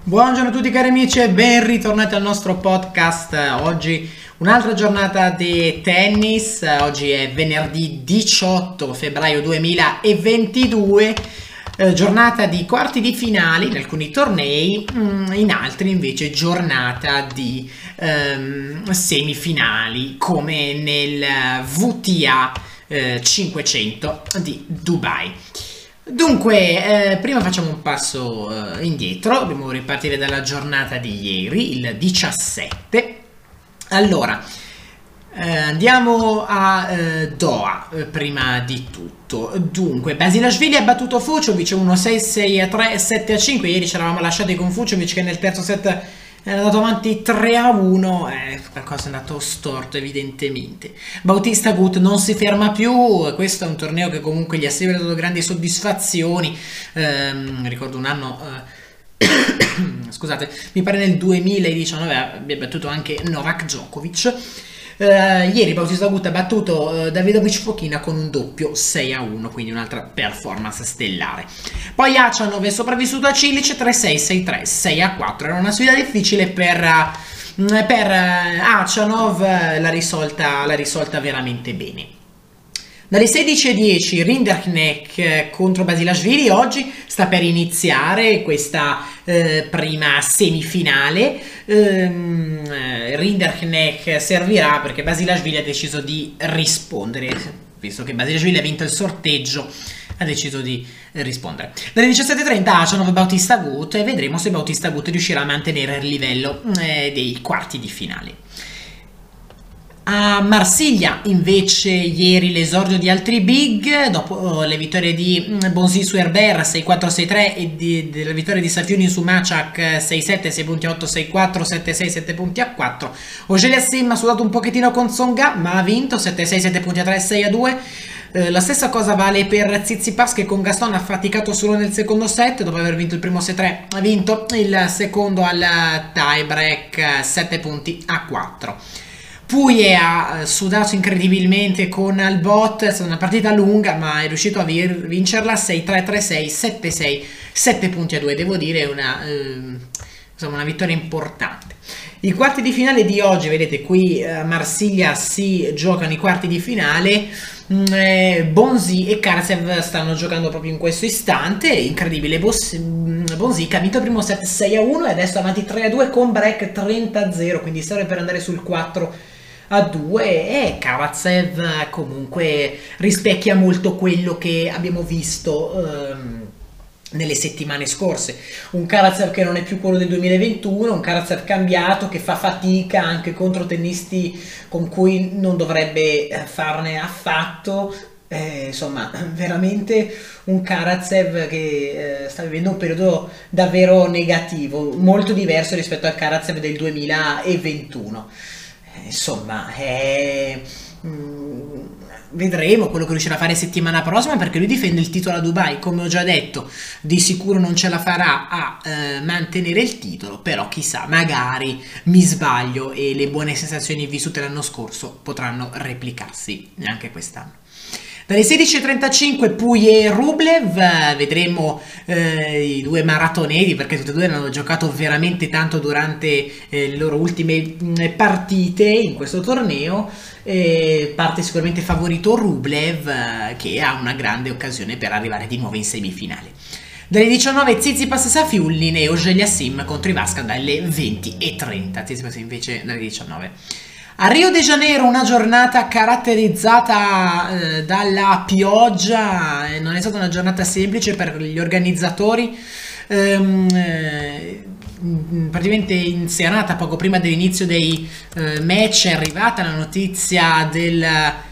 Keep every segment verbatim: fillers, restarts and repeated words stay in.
Buongiorno a tutti cari amici e ben ritornati al nostro podcast. Oggi un'altra giornata di tennis, oggi è venerdì diciotto febbraio duemilaventidue, eh, giornata di quarti di finale in alcuni tornei, in altri invece giornata di ehm, semifinali come nel V T A eh, cinquecento di Dubai. Dunque, eh, prima facciamo un passo eh, indietro, dobbiamo ripartire dalla giornata di ieri, il diciassette. Allora, eh, andiamo a eh, Doha, eh, prima di tutto. Dunque, Basilashvili ha battuto Fuciovic uno sei, sei a tre, sette a cinque. Ieri ci eravamo lasciati con Fuciovic che nel terzo set è andato avanti tre a uno, eh, qualcosa è andato storto evidentemente. Bautista Agut non si ferma più, questo è un torneo che comunque gli ha sempre dato grandi soddisfazioni. Ehm, ricordo un anno, eh, scusate, mi pare nel duemiladiciannove abbia battuto anche Novak Djokovic. Uh, ieri Bautista Agut ha battuto uh, Davidovich Fokina con un doppio sei a uno, quindi un'altra performance stellare. Poi Achanov è sopravvissuto a Cilic tre a sei, sei a tre, sei a quattro. Era una sfida difficile per, uh, per uh, Achanov, uh, l'ha risolta, l'ha risolta veramente bene. Dalle sedici e dieci Rinderknecht contro Basilashvili. Oggi sta per iniziare questa eh, prima semifinale. ehm, Rinderknecht servirà perché Basilashvili ha deciso di rispondere, visto che Basilashvili ha vinto il sorteggio, ha deciso di rispondere. Dalle diciassette e trenta Achanov Bautista Agut e vedremo se Bautista Agut riuscirà a mantenere il livello eh, dei quarti di finale. A Marsiglia invece ieri l'esordio di altri big dopo le vittorie di Bonzi su Herbert sei quattro sei tre e di, della vittoria di Safiullin su Macak sei sette, sei punti a otto, sei quattro, sette sei, sette punti a quattro. Auger-Aliassime ha sudato un pochettino con Tsonga ma ha vinto sette sei, sette punti a tre, sei a due. Eh, la stessa cosa vale per Tsitsipas che con Gaston ha faticato solo nel secondo set, dopo aver vinto il primo sei tre ha vinto il secondo al tie break sette punti a quattro. Pouille ha sudato incredibilmente con Albot, è stata una partita lunga ma è riuscito a vincerla sei tre, tre sei, sette sei, sette punti a due, devo dire una, eh, insomma una vittoria importante. I quarti di finale di oggi, vedete qui a Marsiglia si giocano i quarti di finale, eh, Bonzi e Karatsev stanno giocando proprio in questo istante, incredibile, Bonzi che ha vinto il primo set sei a uno e adesso avanti tre a due con break trenta a zero, quindi serve per andare sul quattro a due e Karatsev comunque rispecchia molto quello che abbiamo visto ehm, nelle settimane scorse. Un Karatsev che non è più quello del duemilaventuno, un Karatsev cambiato che fa fatica anche contro tennisti con cui non dovrebbe farne affatto. Eh, insomma, veramente un Karatsev che eh, sta vivendo un periodo davvero negativo, molto diverso rispetto al Karatsev del duemilaventuno. Insomma, eh, mh, vedremo quello che riuscirà a fare settimana prossima perché lui difende il titolo a Dubai, come ho già detto, di sicuro non ce la farà a eh, mantenere il titolo, però chissà, magari mi sbaglio e le buone sensazioni vissute l'anno scorso potranno replicarsi anche quest'anno. Dalle sedici e trentacinque Pouille e Rublev, vedremo eh, i due maratoneti perché tutti e due hanno giocato veramente tanto durante eh, le loro ultime partite in questo torneo. Eh, parte sicuramente favorito Rublev eh, che ha una grande occasione per arrivare di nuovo in semifinale. Dalle diciannove Tsitsipas Safiullin e Auger-Aliassime contro i Vasca dalle venti e trenta, Tsitsipas invece dalle diciannove. A Rio de Janeiro una giornata caratterizzata eh, dalla pioggia, eh, non è stata una giornata semplice per gli organizzatori, ehm, eh, praticamente in serata poco prima dell'inizio dei eh, match è arrivata la notizia del,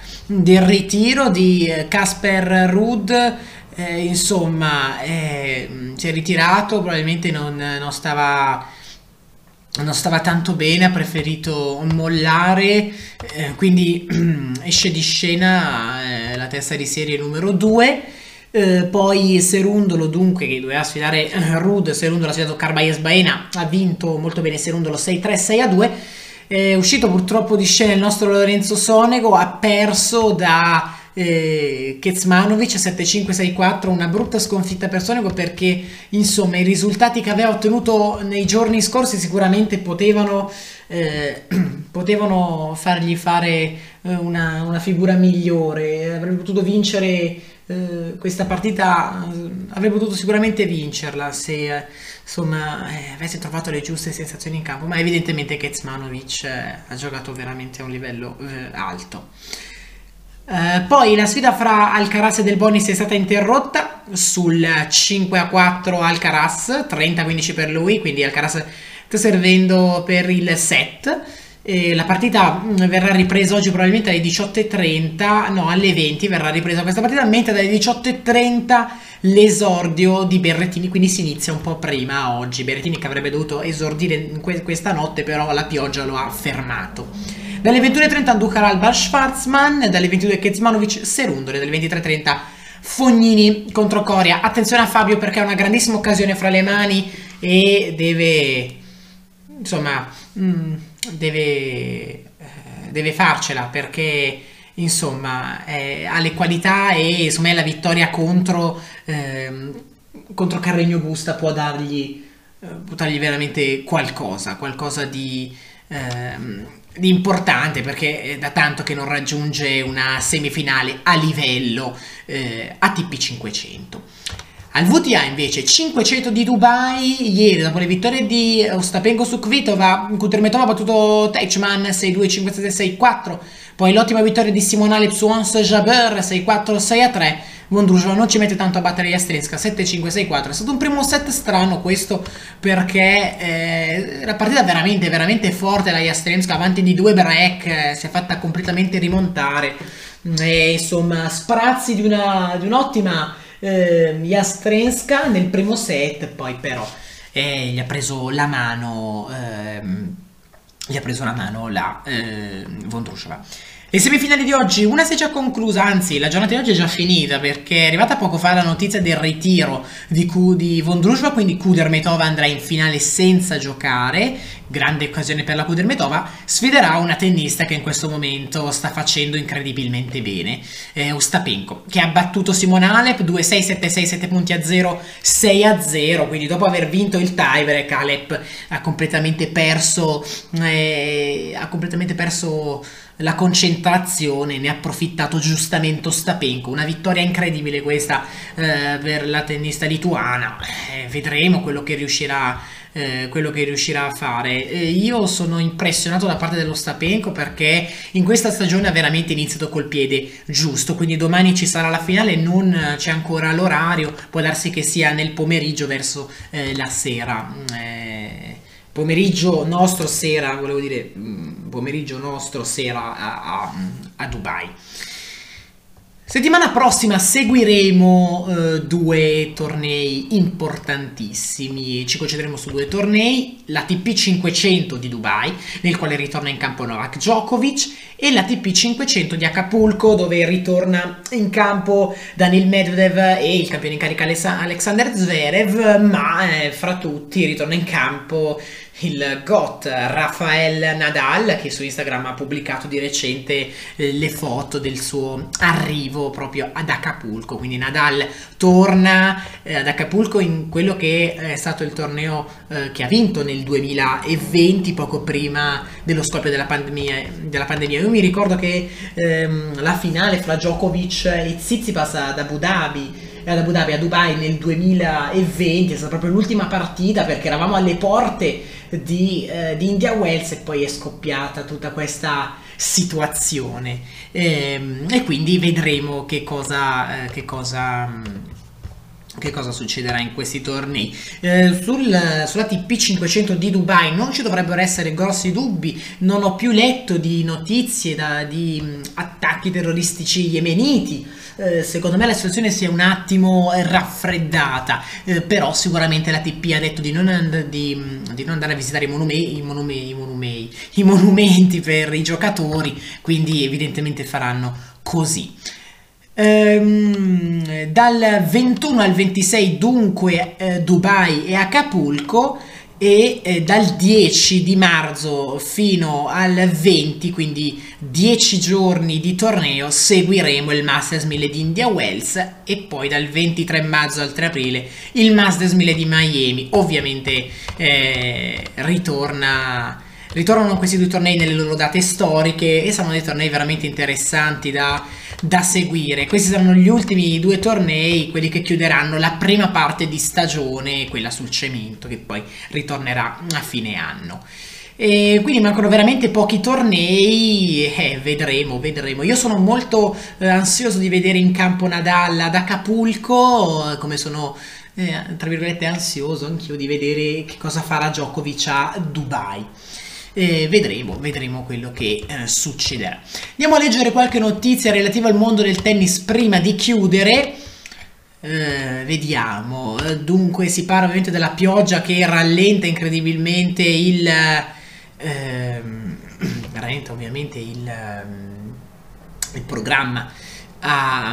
del ritiro di Casper Ruud, eh, insomma eh, si è ritirato, probabilmente non, non stava... non stava tanto bene, ha preferito mollare, eh, quindi esce di scena eh, la testa di serie numero due. Eh, poi Serundolo, dunque, che doveva sfidare Ruud, Serundolo ha sfidato Carballes Baena, ha vinto molto bene Serundolo sei tre, sei a due. È uscito purtroppo di scena il nostro Lorenzo Sonego, ha perso da eh, Kecmanovic sette cinque sei quattro, una brutta sconfitta per Sonego, perché insomma i risultati che aveva ottenuto nei giorni scorsi sicuramente potevano, eh, potevano fargli fare eh, una, una figura migliore. Avrebbe potuto vincere eh, questa partita, eh, avrebbe potuto sicuramente vincerla se eh, insomma eh, avesse trovato le giuste sensazioni in campo, ma evidentemente Kecmanovic eh, ha giocato veramente a un livello eh, alto. Uh, poi la sfida fra Alcaraz e Delbonis è stata interrotta sul cinque a quattro Alcaraz, trenta quindici per lui, quindi Alcaraz sta servendo per il set. E la partita verrà ripresa oggi probabilmente alle diciotto e trenta, no, alle venti verrà ripresa questa partita, mentre dalle diciotto e trenta l'esordio di Berrettini, quindi si inizia un po' prima oggi. Berrettini che avrebbe dovuto esordire in que- questa notte, però la pioggia lo ha fermato. Dalle ventuno e trenta Andujar Alba Schwarzman, dalle ventidue Kecmanovic Serundole, dalle ventitré e trenta Fognini contro Coria. Attenzione a Fabio perché ha una grandissima occasione fra le mani e deve, insomma, mh, deve, eh, deve farcela, perché insomma eh, ha le qualità e insomma la vittoria contro, eh, contro Carreño Busta può dargli, eh, può dargli veramente qualcosa, qualcosa di... Eh, di importante, perché è da tanto che non raggiunge una semifinale a livello eh, A T P cinquecento. Al V T A invece cinquecento di Dubai, ieri dopo le vittorie di Ostapenko su Kvitova, Kudermetova ha battuto Teichmann sei due cinque sette sei quattro, poi l'ottima vittoria di Simon Halep su Ons Jabeur sei quattro sei a tre. Vondrousova non ci mette tanto a battere Jastrenska sette cinque sei quattro. È stato un primo set strano questo, perché eh, la partita veramente veramente forte, la Jastrenska avanti di due break, eh, si è fatta completamente rimontare, e, insomma sprazzi di una di un'ottima eh, Jastrenska nel primo set, poi però eh, gli ha preso la mano ehm, gli ha preso la mano la eh, Vondrousova. Le semifinali di oggi, una si è già conclusa, anzi la giornata di oggi è già finita, perché è arrivata poco fa la notizia del ritiro di, Ku, di Vondrousova, quindi Kudermetova andrà in finale senza giocare, grande occasione per la Kudermetova, sfiderà una tennista che in questo momento sta facendo incredibilmente bene, eh, Ostapenko, che ha battuto Simona Halep due sei sette sei sette punti a zero, sei a zero, quindi dopo aver vinto il tiebreak Halep ha completamente perso, eh, ha completamente perso la concentrazione, ne ha approfittato giustamente Ostapenko. Una vittoria incredibile questa eh, per la tennista lituana, eh, vedremo quello che riuscirà eh, quello che riuscirà a fare. Eh, io sono impressionato da parte dell'Ostapenko, perché in questa stagione ha veramente iniziato col piede giusto, quindi domani ci sarà la finale, non c'è ancora l'orario, può darsi che sia nel pomeriggio verso eh, la sera, eh, pomeriggio nostro sera, volevo dire pomeriggio nostro sera a, a, a Dubai. Settimana prossima seguiremo eh, due tornei importantissimi, ci concentreremo su due tornei, l'A T P cinquecento di Dubai, nel quale ritorna in campo Novak Djokovic, e l'A T P cinquecento di Acapulco, dove ritorna in campo Daniil Medvedev e il campione in carica Alexander Zverev, ma eh, fra tutti ritorna in campo il GOAT Rafael Nadal, che su Instagram ha pubblicato di recente eh, le foto del suo arrivo proprio ad Acapulco. Quindi Nadal torna eh, ad Acapulco in quello che è stato il torneo eh, che ha vinto nel duemilaventi, poco prima dello scoppio della pandemia, della pandemia. Io mi ricordo che ehm, la finale fra Djokovic e Tsitsipas ad Abu Dhabi ad Abu Dhabi, a Dubai nel duemilaventi, è stata proprio l'ultima partita, perché eravamo alle porte di, eh, di India Wells, e poi è scoppiata tutta questa situazione, e, e quindi vedremo che cosa, eh, che cosa che cosa succederà in questi tornei. Eh, sul, sulla T P cinquecento di Dubai non ci dovrebbero essere grossi dubbi, non ho più letto di notizie da, di mh, attacchi terroristici yemeniti. Eh, secondo me la situazione si è un attimo raffreddata, eh, però sicuramente la T P ha detto di non, and- di, di non andare a visitare i, monume- i, monume- i, monume- i monumenti per i giocatori, quindi evidentemente faranno così. Ehm, dal ventuno al ventisei dunque eh, Dubai e Acapulco. e eh, dal dieci di marzo fino al venti, quindi dieci giorni di torneo, seguiremo il Masters mille di India Wells e poi dal ventitré maggio al tre aprile il Masters mille di Miami. Ovviamente eh, ritorna ritornano questi due tornei nelle loro date storiche e saranno dei tornei veramente interessanti da, da seguire. Questi saranno gli ultimi due tornei, quelli che chiuderanno la prima parte di stagione, quella sul cemento, che poi ritornerà a fine anno. E quindi mancano veramente pochi tornei, eh, vedremo, vedremo. Io sono molto eh, ansioso di vedere in campo Nadal ad Acapulco, come sono eh, tra virgolette ansioso anch'io di vedere che cosa farà Djokovic a Dubai. Eh, vedremo, vedremo quello che eh, succederà. Andiamo a leggere qualche notizia relativa al mondo del tennis prima di chiudere. Eh, vediamo. Dunque si parla ovviamente della pioggia che rallenta incredibilmente il eh, rallenta ovviamente il, il programma a,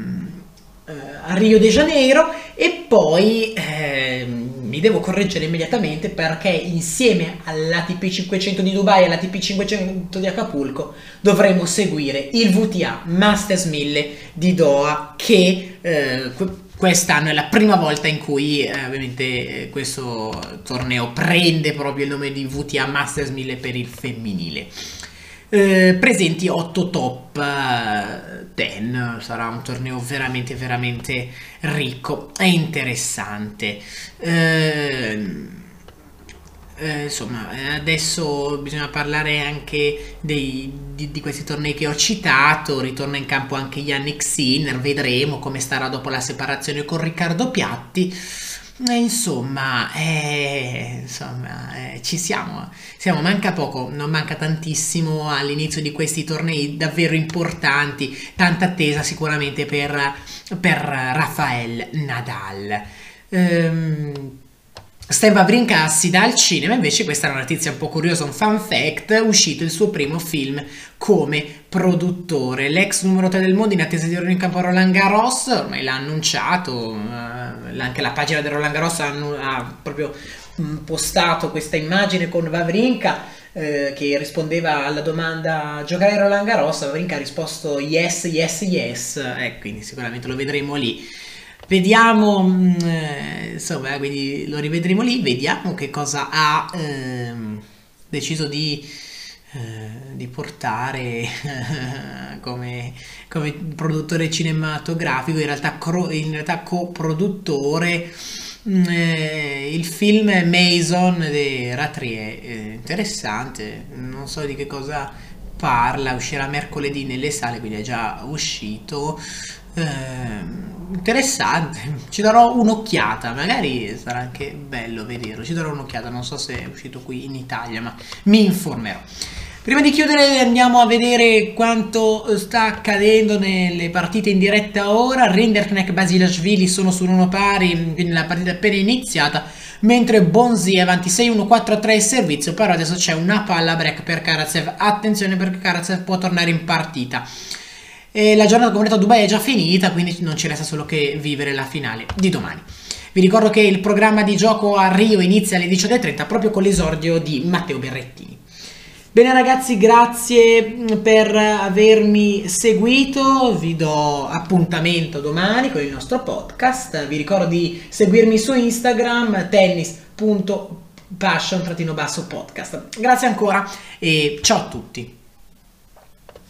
a Rio de Janeiro e poi eh, mi devo correggere immediatamente perché insieme all'A T P cinquecento di Dubai e all'A T P cinquecento di Acapulco dovremo seguire il V T A Masters mille di Doha, che eh, quest'anno è la prima volta in cui eh, ovviamente questo torneo prende proprio il nome di V T A Masters mille per il femminile. Eh, presenti otto top dieci, sarà un torneo veramente veramente ricco e interessante. Eh, eh, insomma, adesso bisogna parlare anche dei, di, di questi tornei che ho citato. Ritorna in campo anche Jannik Sinner, vedremo come starà dopo la separazione con Riccardo Piatti. Eh, insomma, eh, insomma eh, ci siamo, siamo, manca poco, non manca tantissimo all'inizio di questi tornei davvero importanti, tanta attesa sicuramente per, per Rafael Nadal. Ehm, Stan Wawrinka si dà al cinema, invece questa è una notizia un po' curiosa, un fun fact: è uscito il suo primo film come produttore. L'ex numero tre del mondo in attesa di ora in campo a Roland Garros, ormai l'ha annunciato, eh, anche la pagina del Roland Garros ha, ha proprio mh, postato questa immagine con Wawrinka eh, che rispondeva alla domanda giocare a Roland Garros. Wawrinka ha risposto yes, yes, yes, e eh, quindi sicuramente lo vedremo lì. Vediamo, eh, insomma, quindi lo rivedremo lì, vediamo che cosa ha eh, deciso di, eh, di portare eh, come, come produttore cinematografico, in realtà, in realtà coproduttore, eh, il film Maison di Ratrier. Eh, interessante, non so di che cosa parla, uscirà mercoledì nelle sale, quindi è già uscito. Eh, interessante, ci darò un'occhiata, magari sarà anche bello vederlo, ci darò un'occhiata, non so se è uscito qui in Italia, ma mi informerò. Prima di chiudere andiamo a vedere quanto sta accadendo nelle partite in diretta ora. Rinderknecht e Basilashvili sono su uno pari, quindi la partita è appena iniziata, mentre Bonzi è avanti sei uno quattro a tre il servizio, però adesso c'è una palla break per Karatsev, attenzione perché Karatsev può tornare in partita. E la giornata come detto a Dubai è già finita, quindi non ci resta solo che vivere la finale di domani. Vi ricordo che il programma di gioco a Rio inizia alle diciotto e trenta proprio con l'esordio di Matteo Berrettini. Bene ragazzi, grazie per avermi seguito, vi do appuntamento domani con il nostro podcast. Vi ricordo di seguirmi su Instagram, tennis punto passion trattino basso podcast. Grazie ancora e ciao a tutti.